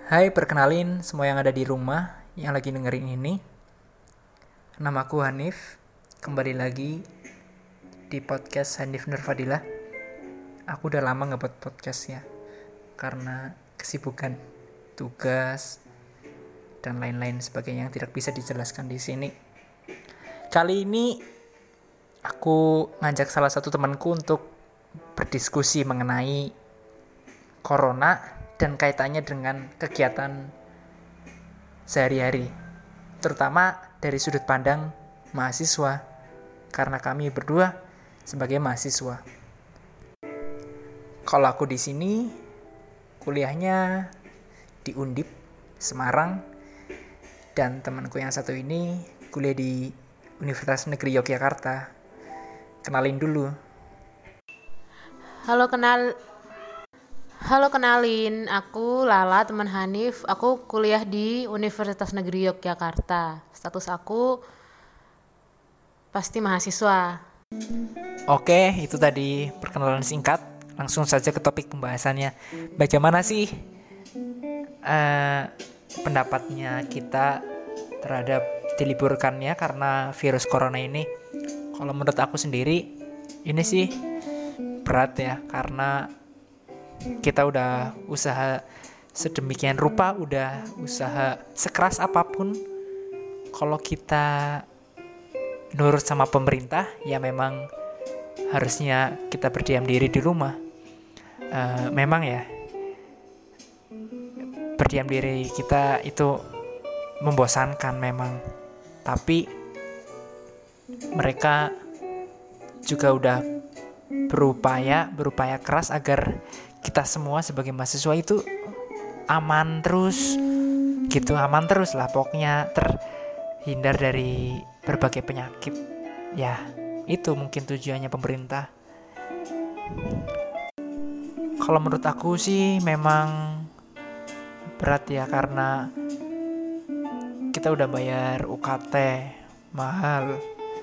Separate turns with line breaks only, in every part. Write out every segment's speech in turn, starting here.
Hai, perkenalin semua yang ada di rumah yang lagi dengerin ini. Namaku Hanif. Kembali lagi di podcast Hanif Nurfadilah. Aku udah lama ngebuat podcast ya, karena kesibukan, tugas, dan lain-lain sebagainya yang tidak bisa dijelaskan di sini. Kali ini aku ngajak salah satu temanku untuk berdiskusi mengenai corona dan kaitannya dengan kegiatan sehari-hari, terutama dari sudut pandang mahasiswa, karena kami berdua sebagai mahasiswa. Kalau aku di sini kuliahnya di Undip Semarang, dan temanku yang satu ini kuliah di Universitas Negeri Yogyakarta. Kenalin dulu.
Halo kenalin, aku Lala, teman Hanif. Aku kuliah di Universitas Negeri Yogyakarta. Status aku pasti mahasiswa.
Oke, itu tadi perkenalan singkat. Langsung saja ke topik pembahasannya. Bagaimana sih pendapatnya kita terhadap diliburkannya karena virus corona ini? Kalau menurut aku sendiri, ini sih berat ya, karena kita udah usaha sedemikian rupa, udah usaha sekeras apapun. Kalau kita nurut sama pemerintah, ya memang harusnya kita berdiam diri di rumah. Memang ya, berdiam diri kita itu membosankan memang, tapi mereka juga udah berupaya keras agar kita semua sebagai mahasiswa itu aman terus lah pokoknya, terhindar dari berbagai penyakit ya. Itu mungkin tujuannya pemerintah. Kalau menurut aku sih memang berat ya, karena kita udah bayar UKT mahal,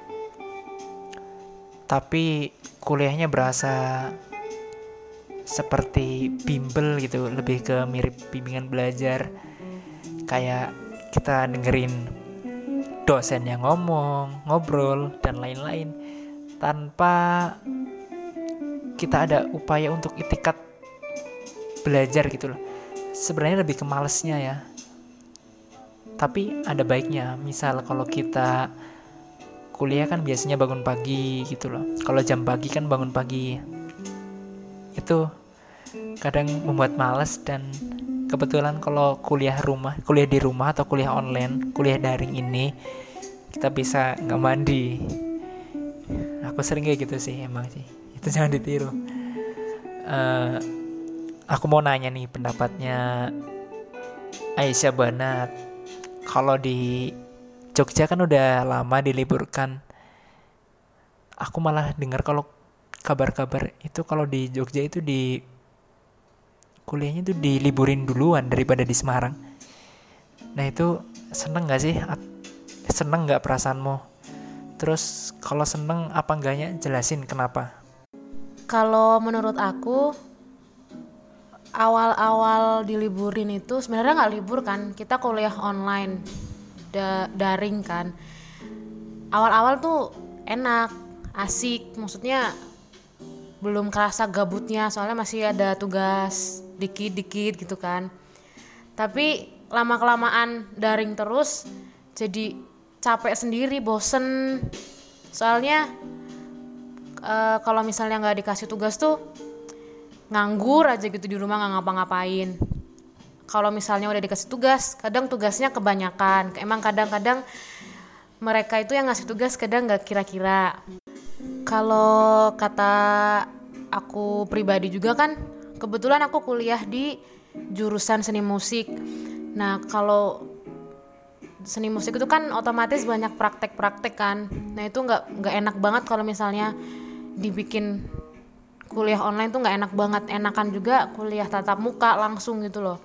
tapi kuliahnya berasa seperti bimbel gitu, lebih ke mirip bimbingan belajar. Kayak kita dengerin dosen yang ngomong, ngobrol, dan lain-lain, tanpa kita ada upaya untuk itikat belajar gitu loh. Sebenarnya lebih ke malesnya ya. Tapi ada baiknya, misal kalau kita kuliah kan biasanya bangun pagi gitu loh. Kalau jam pagi kan bangun pagi, itu kadang membuat malas. Dan kebetulan kalau kuliah di rumah atau kuliah online, kuliah daring ini, kita bisa nggak mandi. Aku sering kayak gitu sih, emang sih, itu jangan ditiru. Aku mau nanya nih pendapatnya Aisyah Banat. Kalau di Jogja kan udah lama diliburkan. Aku malah dengar kalau kabar-kabar itu kalau di Jogja itu di kuliahnya itu diliburin duluan daripada di Semarang. Nah itu seneng gak sih? Seneng gak perasaanmu? Terus kalau seneng apa enggaknya, jelasin kenapa.
Kalau menurut aku, awal-awal diliburin itu sebenarnya nggak libur kan, kita kuliah online, daring kan. Awal-awal tuh enak, asik, maksudnya belum kerasa gabutnya, soalnya masih ada tugas dikit-dikit gitu kan. Tapi lama-kelamaan daring terus, jadi capek sendiri, bosen. Soalnya kalau misalnya nggak dikasih tugas tuh nganggur aja gitu di rumah, nggak ngapa-ngapain. Kalau misalnya udah dikasih tugas, kadang tugasnya kebanyakan. Emang kadang-kadang mereka itu yang ngasih tugas kadang nggak kira-kira. Kalau kata aku pribadi juga kan, kebetulan aku kuliah di jurusan seni musik. Nah kalau seni musik itu kan otomatis banyak praktek-praktek kan. Nah itu nggak enak banget kalau misalnya dibikin kuliah online tuh nggak enak banget. Enakan juga kuliah tatap muka langsung gitu loh.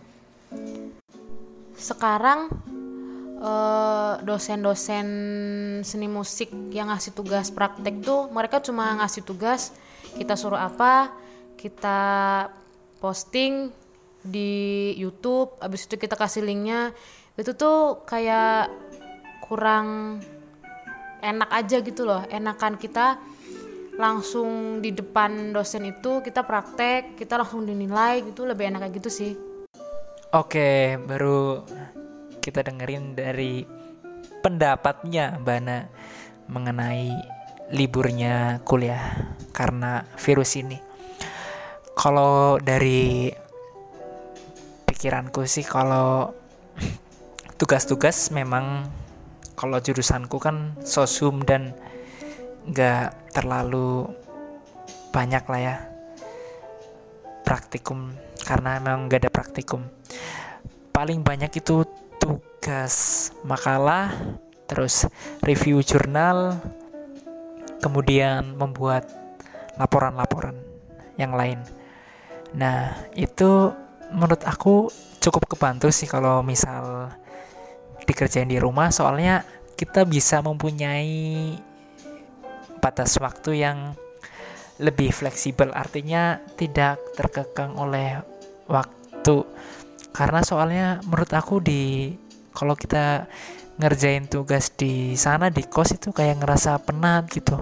Sekarang dosen-dosen seni musik yang ngasih tugas praktek tuh, mereka cuma ngasih tugas, kita suruh apa, kita posting, di YouTube, abis itu kita kasih linknya, itu tuh kayak kurang enak aja gitu loh. Enakan kita langsung di depan dosen itu kita praktek, kita langsung dinilai gitu, lebih enak kayak gitu sih.
Oke, baru kita dengerin dari pendapatnya Mbak Ana mengenai liburnya kuliah karena virus ini. Kalau dari pikiranku sih, kalau tugas-tugas memang kalau jurusanku kan sosum dan gak terlalu banyak lah ya praktikum, karena memang gak ada praktikum. Paling banyak itu tugas makalah, terus review jurnal, kemudian membuat laporan-laporan yang lain. Nah, itu menurut aku cukup kebantu sih kalau misal dikerjain di rumah, soalnya kita bisa mempunyai batas waktu yang lebih fleksibel, artinya tidak terkekang oleh waktu. Karena soalnya menurut aku kalau kita ngerjain tugas di sana di kos itu kayak ngerasa penat gitu.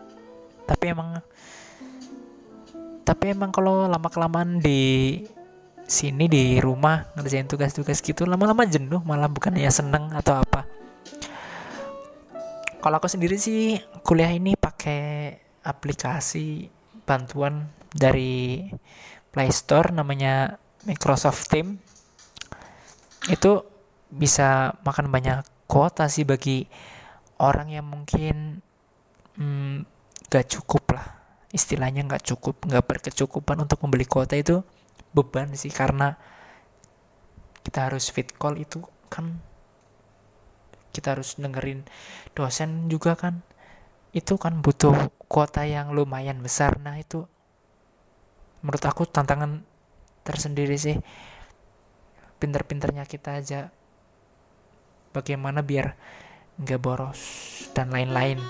Tapi emang kalau lama-kelamaan di sini di rumah ngerjain tugas-tugas gitu, lama-lama jenuh, malah bukannya seneng atau apa. Kalau aku sendiri sih kuliah ini pakai aplikasi bantuan dari Play Store namanya Microsoft Teams. Itu bisa makan banyak kuota sih bagi orang yang mungkin gak cukup lah, istilahnya gak berkecukupan untuk membeli kuota. Itu beban sih, karena kita harus fit call, itu kan kita harus dengerin dosen juga kan, itu kan butuh kuota yang lumayan besar. Nah, itu menurut aku tantangan tersendiri sih. Pinter-pinternya kita aja bagaimana biar gak boros dan lain-lain.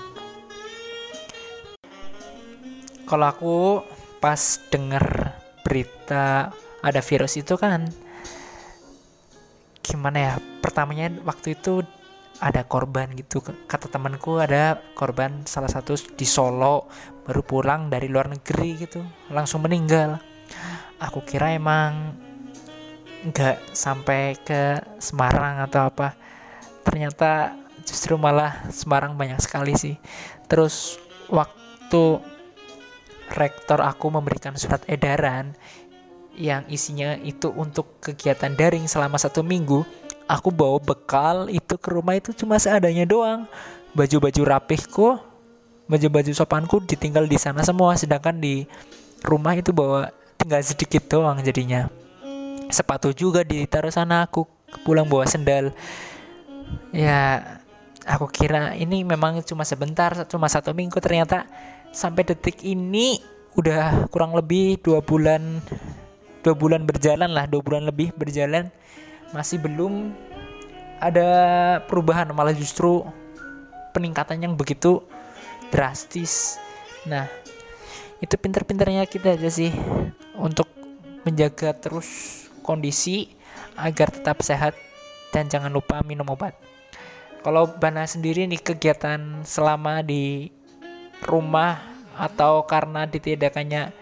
Kalau aku pas denger berita ada virus itu kan, gimana ya, pertamanya waktu itu ada korban gitu. Kata temanku ada korban, salah satu di Solo, baru pulang dari luar negeri gitu, langsung meninggal. Aku kira emang gak sampai ke Semarang atau apa, ternyata justru malah Semarang banyak sekali sih. Terus waktu rektor aku memberikan surat edaran yang isinya itu untuk kegiatan daring selama 1 minggu, aku bawa bekal itu ke rumah itu cuma seadanya doang. Baju-baju rapihku, baju-baju sopanku ditinggal di sana semua, sedangkan di rumah itu bawa tinggal sedikit doang jadinya. Sepatu juga ditaruh sana, aku pulang bawa sendal. Ya, aku kira ini memang cuma sebentar, cuma 1 minggu, ternyata sampai detik ini udah kurang lebih 2 bulan berjalan lah, 2 bulan lebih berjalan, masih belum ada perubahan, malah justru peningkatan yang begitu drastis. Nah, itu pinter-pinternya kita aja sih untuk menjaga terus kondisi agar tetap sehat dan jangan lupa minum obat. Kalau Bana sendiri nih, kegiatan selama di rumah atau karena ditiadakannya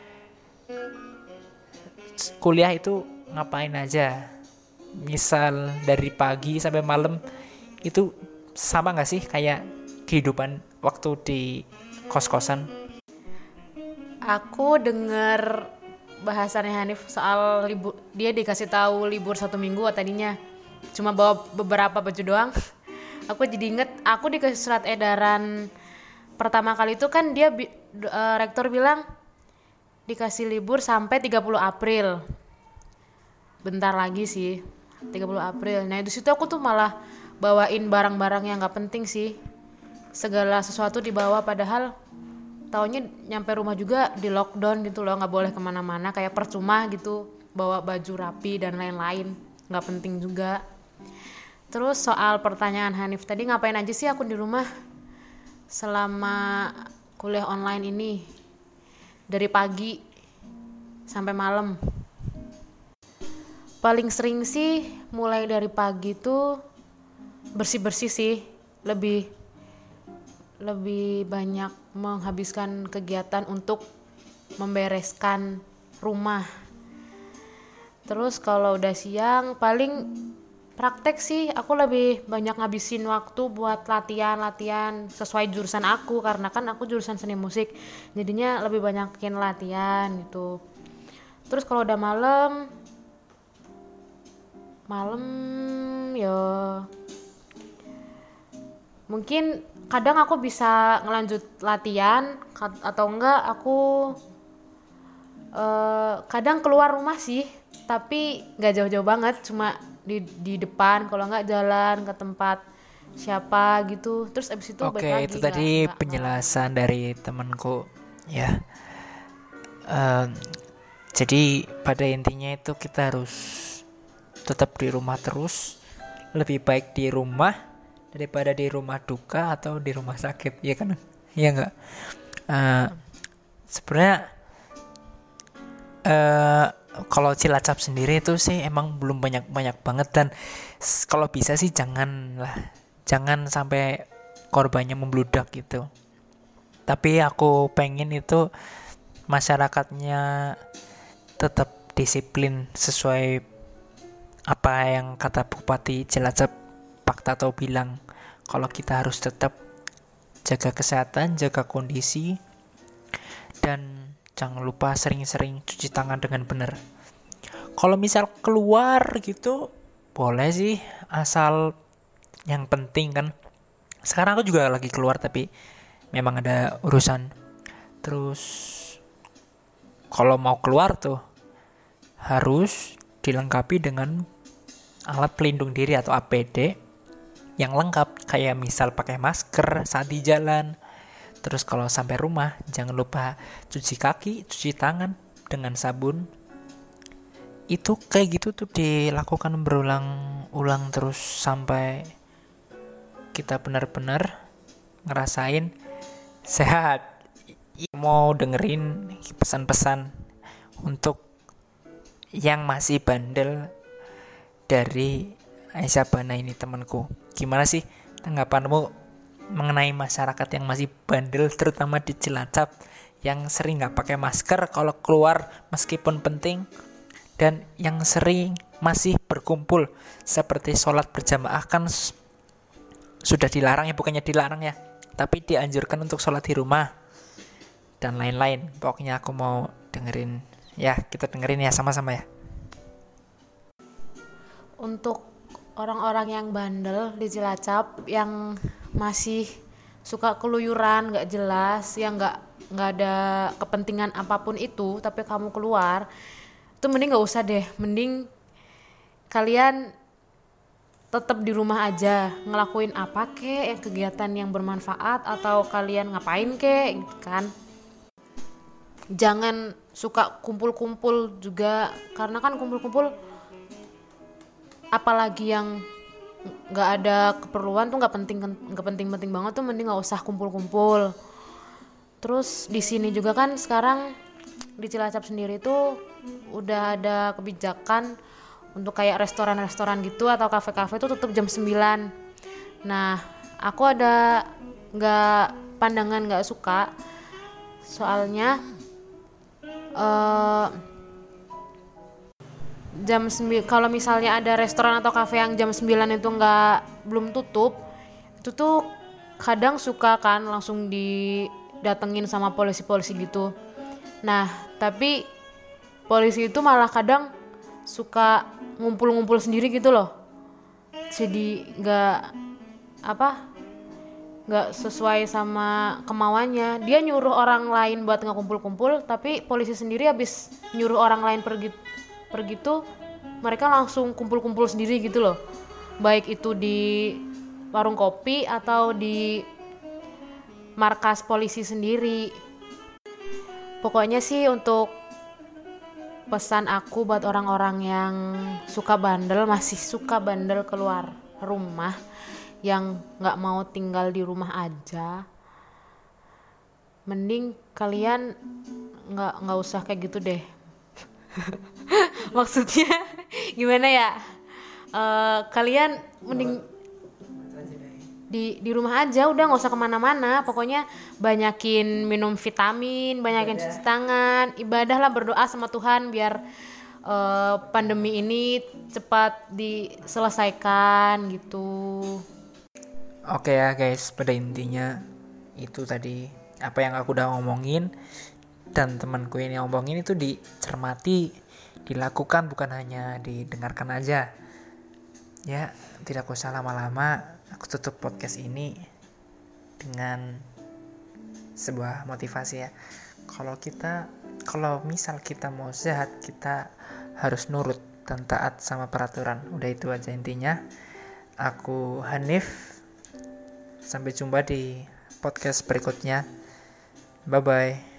kuliah itu ngapain aja? Misal dari pagi sampai malam, itu sama gak sih kayak kehidupan waktu di kos-kosan?
Aku denger bahasannya Hanif soal libur, dia dikasih tahu libur 1 minggu, tadinya cuma bawa beberapa baju doang. Aku jadi inget, aku dikasih surat edaran pertama kali itu kan dia rektor bilang dikasih libur sampai 30 April. Bentar lagi sih, 30 April. Nah, di situ aku tuh malah bawain barang-barang yang enggak penting sih. Segala sesuatu dibawa, padahal taunya nyampe rumah juga di lockdown gitu loh, enggak boleh kemana-mana, kayak percuma gitu bawa baju rapi dan lain-lain, enggak penting juga. Terus soal pertanyaan Hanif tadi, ngapain aja sih aku di rumah selama kuliah online ini dari pagi sampai malam? Paling sering sih mulai dari pagi tuh bersih-bersih sih, lebih banyak menghabiskan kegiatan untuk membereskan rumah. Terus kalau udah siang paling praktek sih, aku lebih banyak ngabisin waktu buat latihan sesuai jurusan aku, karena kan aku jurusan seni musik, jadinya lebih banyakin latihan gitu. Terus kalau udah malam ya mungkin kadang aku bisa ngelanjut latihan atau enggak aku kadang keluar rumah sih, tapi nggak jauh-jauh banget, cuma di depan, kalau enggak jalan ke tempat siapa gitu, terus abis itu
Oke,
balik lagi.
itu tadi
nggak
penjelasan dari temanku ya. Em, jadi pada intinya itu kita harus tetap di rumah terus. Lebih baik di rumah daripada di rumah duka atau di rumah sakit, ya kan? Iya enggak? Sebenarnya kalau Cilacap sendiri itu sih emang belum banyak banget, dan kalau bisa sih jangan sampai korbannya membludak gitu. Tapi aku pengen itu masyarakatnya tetap disiplin sesuai apa yang kata Bupati Cilacap Pak Tato bilang, kalau kita harus tetap jaga kesehatan, jaga kondisi, dan jangan lupa sering-sering cuci tangan dengan benar. Kalau misal keluar gitu boleh sih, asal yang penting kan, sekarang aku juga lagi keluar tapi memang ada urusan. Terus kalau mau keluar tuh harus dilengkapi dengan alat pelindung diri atau APD yang lengkap, kayak misal pakai masker saat di jalan. Terus kalau sampai rumah jangan lupa cuci kaki, cuci tangan dengan sabun. Itu kayak gitu tuh dilakukan berulang-ulang terus sampai kita benar-benar ngerasain sehat. Mau dengerin pesan-pesan untuk yang masih bandel dari Aisyah Bana ini, temanku. Gimana sih tanggapanmu mengenai masyarakat yang masih bandel, terutama di Cilacap, yang sering nggak pakai masker kalau keluar meskipun penting, dan yang sering masih berkumpul seperti sholat berjamaah, kan sudah dilarang ya, bukannya dilarang ya, tapi dianjurkan untuk sholat di rumah dan lain-lain. Pokoknya aku mau dengerin ya, kita dengerin ya sama-sama ya.
Untuk orang-orang yang bandel di Cilacap yang masih suka keluyuran nggak jelas, yang nggak ada kepentingan apapun itu, tapi kamu keluar, itu mending nggak usah deh, mending kalian tetap di rumah aja, ngelakuin apa kek, yang kegiatan yang bermanfaat, atau kalian ngapain kek gitu kan. Jangan suka kumpul-kumpul juga, karena kan kumpul-kumpul apalagi yang nggak ada keperluan tuh, nggak penting banget tuh, mending nggak usah kumpul-kumpul. Terus di sini juga kan sekarang di Cilacap sendiri tuh udah ada kebijakan untuk kayak restoran-restoran gitu atau kafe-kafe tuh tutup jam 9. Nah, aku ada pandangan nggak suka, soalnya kalau misalnya ada restoran atau kafe yang jam 9 itu belum tutup, itu tuh kadang suka kan langsung didatengin sama polisi-polisi gitu. Nah, tapi polisi itu malah kadang suka ngumpul-ngumpul sendiri gitu loh. Jadi nggak sesuai sama kemauannya. Dia nyuruh orang lain buat nggak kumpul-kumpul, tapi polisi sendiri habis nyuruh orang lain pergi tuh mereka langsung kumpul-kumpul sendiri gitu loh, baik itu di warung kopi atau di markas polisi sendiri. Pokoknya sih untuk pesan aku buat orang-orang yang masih suka bandel keluar rumah, yang nggak mau tinggal di rumah aja, mending kalian nggak usah kayak gitu deh. Maksudnya gimana ya? Kalian mending di rumah aja, udah nggak usah kemana-mana. Pokoknya banyakin minum vitamin, banyakin cuci tangan, ibadah lah, berdoa sama Tuhan biar pandemi ini cepat diselesaikan gitu.
Oke ya guys, pada intinya itu tadi apa yang aku udah ngomongin dan temanku ini ngomongin itu dicermati, dilakukan, bukan hanya didengarkan aja. Ya, tidak usah lama-lama, aku tutup podcast ini dengan sebuah motivasi ya. Kalau misal kita mau sehat, kita harus nurut dan taat sama peraturan. Udah itu aja intinya. Aku Hanif. Sampai jumpa di podcast berikutnya. Bye bye.